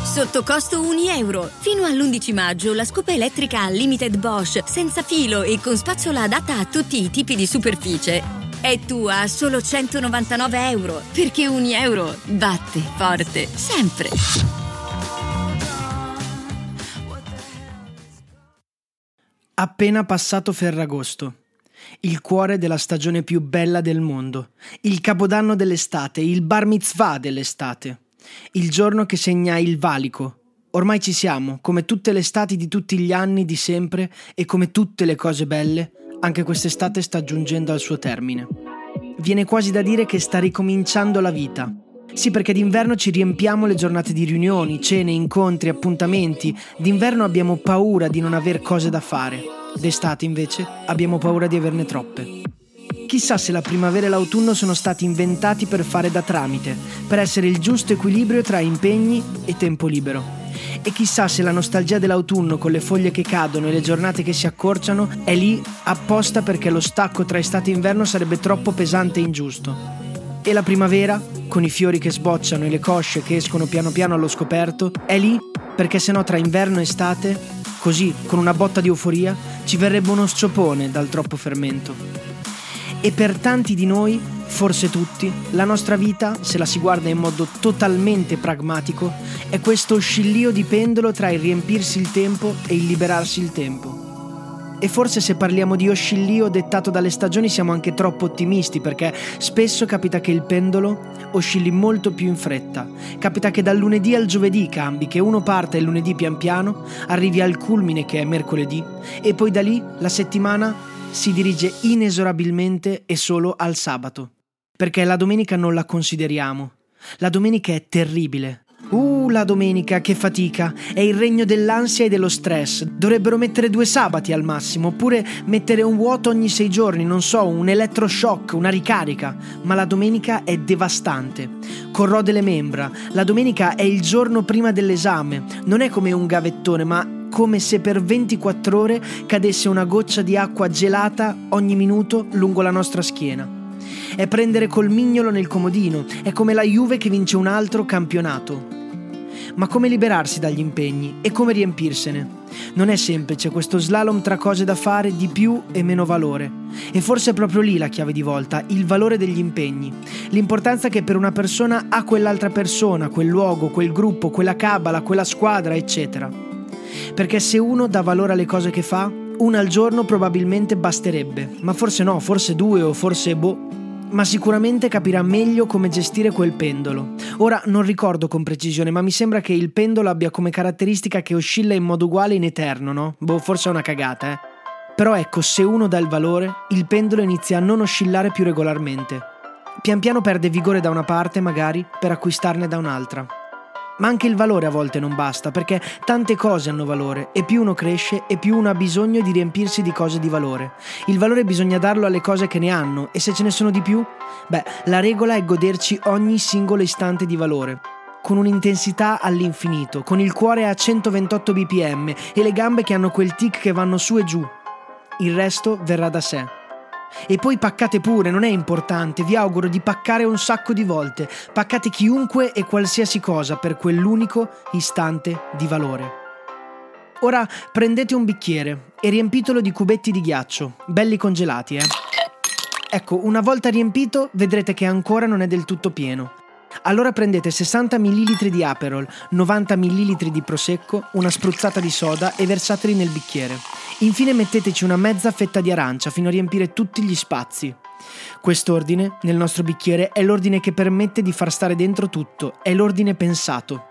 Sotto costo €1. Fino all'11 maggio la scopa elettrica Unlimited Bosch senza filo e con spazzola adatta a tutti i tipi di superficie è tua a solo €199, perché €1 batte forte sempre. Appena passato Ferragosto, il cuore della stagione più bella del mondo, il capodanno dell'estate, il bar mitzvah dell'estate, il giorno che segna il valico. Ormai ci siamo, come tutte le estati di tutti gli anni di sempre e come tutte le cose belle, anche quest'estate sta giungendo al suo termine. Viene quasi da dire che sta ricominciando la vita. Sì, perché d'inverno ci riempiamo le giornate di riunioni, cene, incontri, appuntamenti. D'inverno abbiamo paura di non aver cose da fare. D'estate, invece, abbiamo paura di averne troppe. Chissà se la primavera e l'autunno sono stati inventati per fare da tramite, per essere il giusto equilibrio tra impegni e tempo libero. E chissà se la nostalgia dell'autunno con le foglie che cadono e le giornate che si accorciano è lì apposta perché lo stacco tra estate e inverno sarebbe troppo pesante e ingiusto. E la primavera, con i fiori che sbocciano e le cosce che escono piano piano allo scoperto, è lì perché sennò tra inverno e estate, così, con una botta di euforia, ci verrebbe uno sciopone dal troppo fermento. E per tanti di noi, forse tutti, la nostra vita, se la si guarda in modo totalmente pragmatico, è questo oscillio di pendolo tra il riempirsi il tempo e il liberarsi il tempo. E forse se parliamo di oscillio dettato dalle stagioni siamo anche troppo ottimisti, perché spesso capita che il pendolo oscilli molto più in fretta. Capita che dal lunedì al giovedì cambi, che uno parte il lunedì pian piano, arrivi al culmine che è mercoledì e poi da lì la settimana si dirige inesorabilmente e solo al sabato. Perché la domenica non la consideriamo. La domenica è terribile. La domenica, che fatica, è il regno dell'ansia e dello stress. Dovrebbero mettere 2 sabati al massimo, oppure mettere un vuoto ogni 6 giorni, non so, un elettroshock, una ricarica. Ma la domenica è devastante. Corrode le membra. La domenica è il giorno prima dell'esame. Non è come un gavettone, ma come se per 24 ore cadesse una goccia di acqua gelata ogni minuto lungo la nostra schiena. È prendere col mignolo nel comodino, è come la Juve che vince un altro campionato. Ma come liberarsi dagli impegni e come riempirsene? Non è semplice questo slalom tra cose da fare di più e meno valore. E forse è proprio lì la chiave di volta, il valore degli impegni. L'importanza che per una persona ha quell'altra persona, quel luogo, quel gruppo, quella cabala, quella squadra, eccetera. Perché se uno dà valore alle cose che fa, una al giorno probabilmente basterebbe. Ma forse no, forse 2 o forse ma sicuramente capirà meglio come gestire quel pendolo. Ora non ricordo con precisione, ma mi sembra che il pendolo abbia come caratteristica che oscilla in modo uguale in eterno, no? Forse è una cagata, Però ecco, se uno dà il valore, il pendolo inizia a non oscillare più regolarmente. Pian piano perde vigore da una parte, magari, per acquistarne da un'altra. Ma anche il valore a volte non basta, perché tante cose hanno valore e più uno cresce e più uno ha bisogno di riempirsi di cose di valore. Il valore bisogna darlo alle cose che ne hanno e se ce ne sono di più, la regola è goderci ogni singolo istante di valore, con un'intensità all'infinito, con il cuore a 128 bpm e le gambe che hanno quel tic che vanno su e giù. Il resto verrà da sé. E poi paccate pure, non è importante, vi auguro di paccare un sacco di volte, paccate chiunque e qualsiasi cosa per quell'unico istante di valore. Ora prendete un bicchiere e riempitelo di cubetti di ghiaccio, belli congelati, Ecco, una volta riempito vedrete che ancora non è del tutto pieno. Allora prendete 60 ml di Aperol, 90 ml di Prosecco, una spruzzata di soda e versateli nel bicchiere. Infine metteteci una mezza fetta di arancia fino a riempire tutti gli spazi. Quest'ordine, nel nostro bicchiere, è l'ordine che permette di far stare dentro tutto, è l'ordine pensato.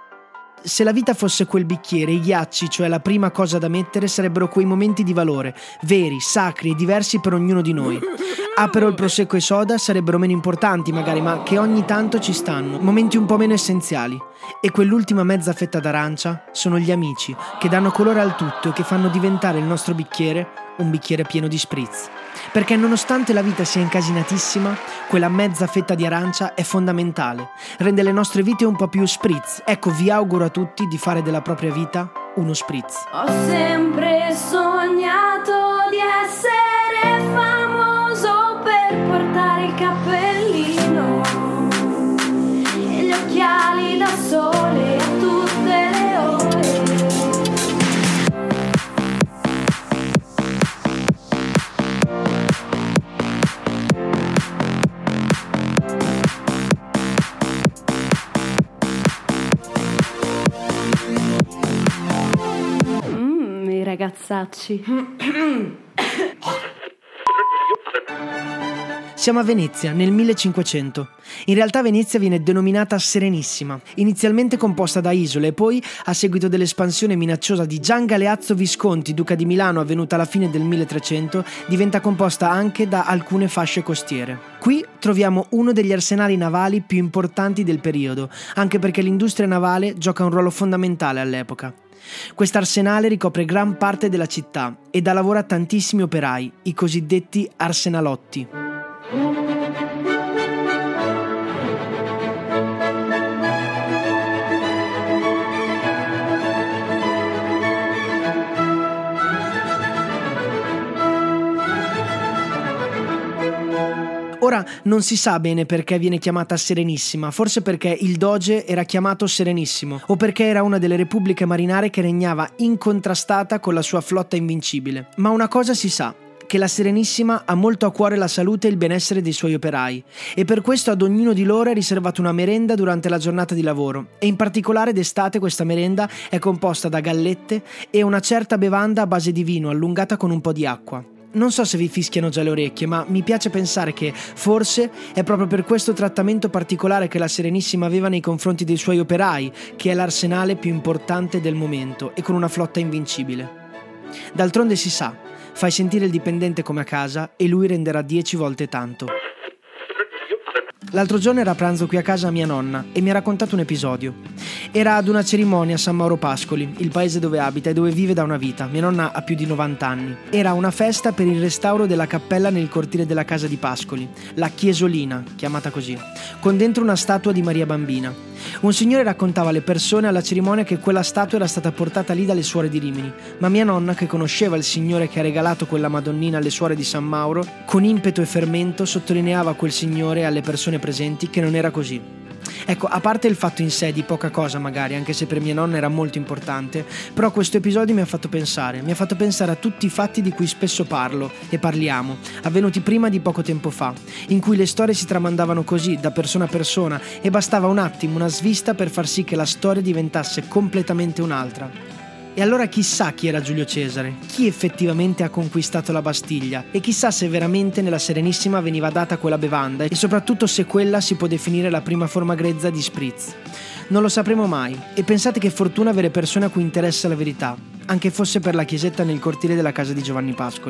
Se la vita fosse quel bicchiere, i ghiacci, cioè la prima cosa da mettere, sarebbero quei momenti di valore, veri, sacri e diversi per ognuno di noi. Aperol, Prosecco e soda sarebbero meno importanti magari, ma che ogni tanto ci stanno, momenti un po' meno essenziali. E quell'ultima mezza fetta d'arancia sono gli amici, che danno colore al tutto e che fanno diventare il nostro bicchiere un bicchiere pieno di spritz. Perché nonostante la vita sia incasinatissima, quella mezza fetta di arancia è fondamentale, rende le nostre vite un po' più spritz. Ecco, vi auguro a tutti di fare della propria vita uno spritz. Ho sempre sognato di essere famoso per portare il cappellino e gli occhiali da sole a tutte ragazzacci. Siamo a Venezia, nel 1500. In realtà Venezia viene denominata Serenissima, inizialmente composta da isole e poi, a seguito dell'espansione minacciosa di Gian Galeazzo Visconti, duca di Milano, avvenuta alla fine del 1300, diventa composta anche da alcune fasce costiere. Qui troviamo uno degli arsenali navali più importanti del periodo, anche perché l'industria navale gioca un ruolo fondamentale all'epoca. Quest'arsenale ricopre gran parte della città e dà lavoro a tantissimi operai, i cosiddetti arsenalotti. Ora non si sa bene perché viene chiamata Serenissima, forse perché il doge era chiamato Serenissimo o perché era una delle repubbliche marinare che regnava incontrastata con la sua flotta invincibile. Ma una cosa si sa, che la Serenissima ha molto a cuore la salute e il benessere dei suoi operai e per questo ad ognuno di loro è riservata una merenda durante la giornata di lavoro e in particolare d'estate questa merenda è composta da gallette e una certa bevanda a base di vino allungata con un po' di acqua. Non so se vi fischiano già le orecchie, ma mi piace pensare che forse è proprio per questo trattamento particolare che la Serenissima aveva nei confronti dei suoi operai, che è l'arsenale più importante del momento e con una flotta invincibile. D'altronde si sa, fai sentire il dipendente come a casa e lui renderà 10 volte tanto. L'altro giorno era a pranzo qui a casa mia nonna e mi ha raccontato un episodio. Era ad una cerimonia a San Mauro Pascoli, il paese dove abita e dove vive da una vita. Mia nonna ha più di 90 anni. Era una festa per il restauro della cappella nel cortile della casa di Pascoli, la Chiesolina, chiamata così, con dentro una statua di Maria Bambina. Un signore raccontava alle persone alla cerimonia che quella statua era stata portata lì dalle suore di Rimini, ma mia nonna, che conosceva il signore che ha regalato quella Madonnina alle suore di San Mauro, con impeto e fermento sottolineava a quel signore e alle persone presenti che non era così. Ecco, a parte il fatto in sé di poca cosa magari, anche se per mia nonna era molto importante, però questo episodio mi ha fatto pensare a tutti i fatti di cui spesso parlo e parliamo, avvenuti prima di poco tempo fa, in cui le storie si tramandavano così, da persona a persona, e bastava un attimo, una svista per far sì che la storia diventasse completamente un'altra. E allora chissà chi era Giulio Cesare, chi effettivamente ha conquistato la Bastiglia e chissà se veramente nella Serenissima veniva data quella bevanda e soprattutto se quella si può definire la prima forma grezza di spritz. Non lo sapremo mai e pensate che fortuna avere persone a cui interessa la verità, anche fosse per la chiesetta nel cortile della casa di Giovanni Pascoli.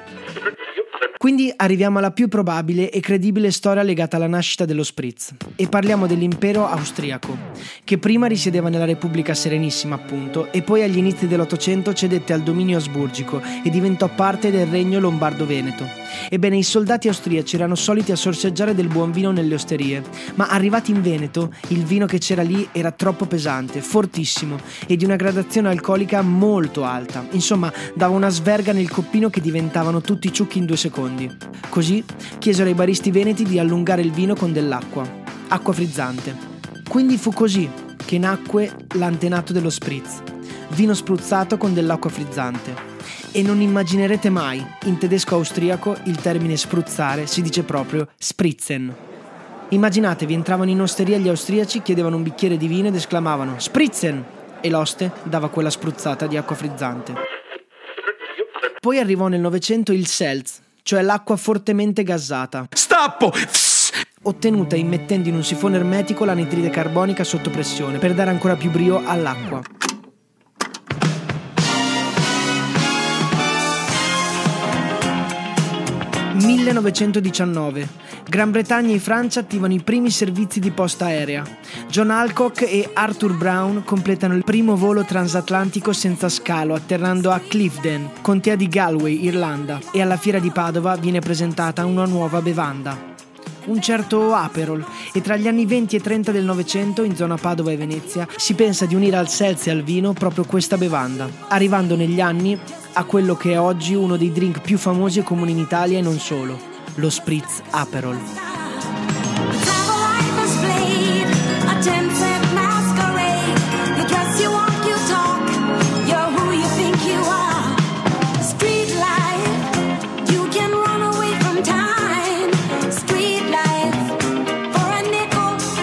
Quindi arriviamo alla più probabile e credibile storia legata alla nascita dello spritz e parliamo dell'impero austriaco, che prima risiedeva nella Repubblica Serenissima appunto e poi agli inizi dell'Ottocento cedette al dominio asburgico e diventò parte del regno lombardo-veneto. Ebbene, i soldati austriaci erano soliti a sorseggiare del buon vino nelle osterie, ma arrivati in Veneto il vino che c'era lì era troppo pesante, fortissimo e di una gradazione alcolica molto alta, insomma dava una sverga nel coppino che diventavano tutti ciucchi in 2 secondi. Così chiesero ai baristi veneti di allungare il vino con dell'acqua, acqua frizzante. Quindi fu così che nacque l'antenato dello spritz, vino spruzzato con dell'acqua frizzante. E non immaginerete mai, in tedesco austriaco il termine spruzzare si dice proprio spritzen. Immaginatevi, entravano in osteria gli austriaci, chiedevano un bicchiere di vino ed esclamavano spritzen e l'oste dava quella spruzzata di acqua frizzante. Poi arrivò nel Novecento il Seltz, cioè l'acqua fortemente gassata. Stappo! Ottenuta immettendo in un sifone ermetico l'anidride carbonica sotto pressione per dare ancora più brio all'acqua. (1919) Gran Bretagna e Francia attivano i primi servizi di posta aerea. John Alcock e Arthur Brown completano il primo volo transatlantico senza scalo atterrando a Clifden, contea di Galway, Irlanda, e alla fiera di Padova viene presentata una nuova bevanda, un certo Aperol, e tra gli anni 20 e 30 del Novecento in zona Padova e Venezia si pensa di unire al seltz e al vino proprio questa bevanda, arrivando negli anni a quello che è oggi uno dei drink più famosi e comuni in Italia e non solo, lo Spritz Aperol.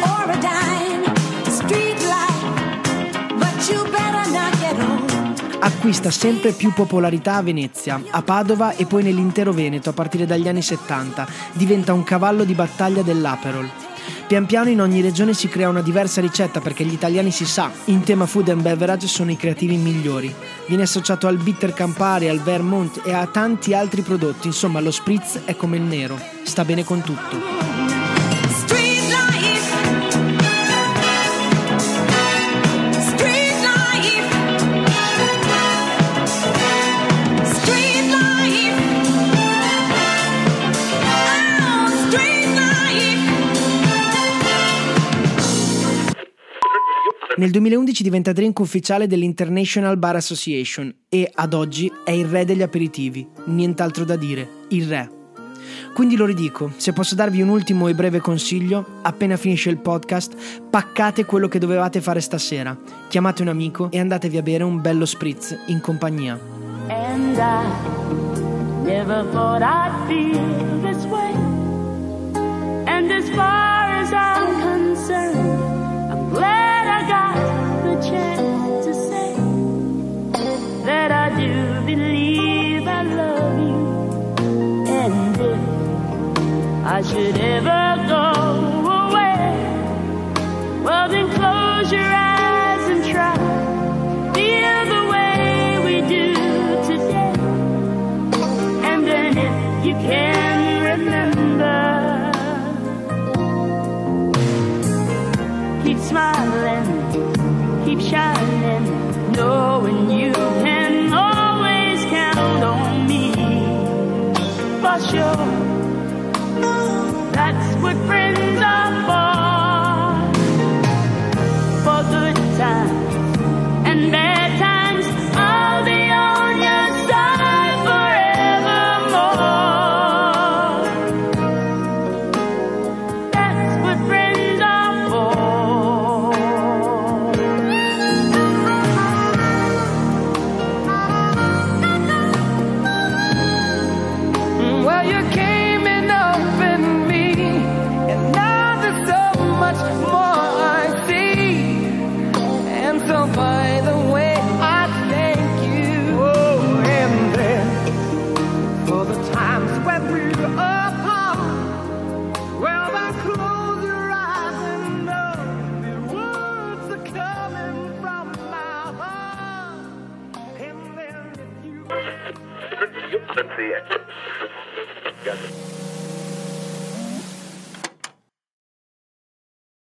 A acquista sempre più popolarità a Venezia, a Padova e poi nell'intero Veneto a partire dagli anni 70, diventa un cavallo di battaglia dell'Aperol. Pian piano in ogni regione si crea una diversa ricetta perché gli italiani, si sa, in tema food and beverage sono i creativi migliori. Viene associato al bitter Campari, al Vermouth e a tanti altri prodotti, insomma lo spritz è come il nero, sta bene con tutto. Nel 2011 diventa drink ufficiale dell'International Bar Association e, ad oggi, è il re degli aperitivi. Nient'altro da dire, il re. Quindi lo ridico, se posso darvi un ultimo e breve consiglio, appena finisce il podcast, paccate quello che dovevate fare stasera. Chiamate un amico e andatevi a bere un bello spritz in compagnia. And I never thought I'd feel this way. And as far as I'm concerned, I'm glad I got the chance to say that I do believe I love you. And if I should ever go away, well then close your eyes and try, feel the way we do today. And then if you can remember, keep smiling, keep shining, knowing you can always count on me. For sure, that's what friends are for good times and bad times. I'll be on your side forevermore. That's what friends are for. Well, you came in up in me, and now there's so much more I see. And so by the way, I thank you. Oh, and then for the times when we were apart, well, I close your eyes and know the words are coming from my heart. And then if you... Let's see it. Got it.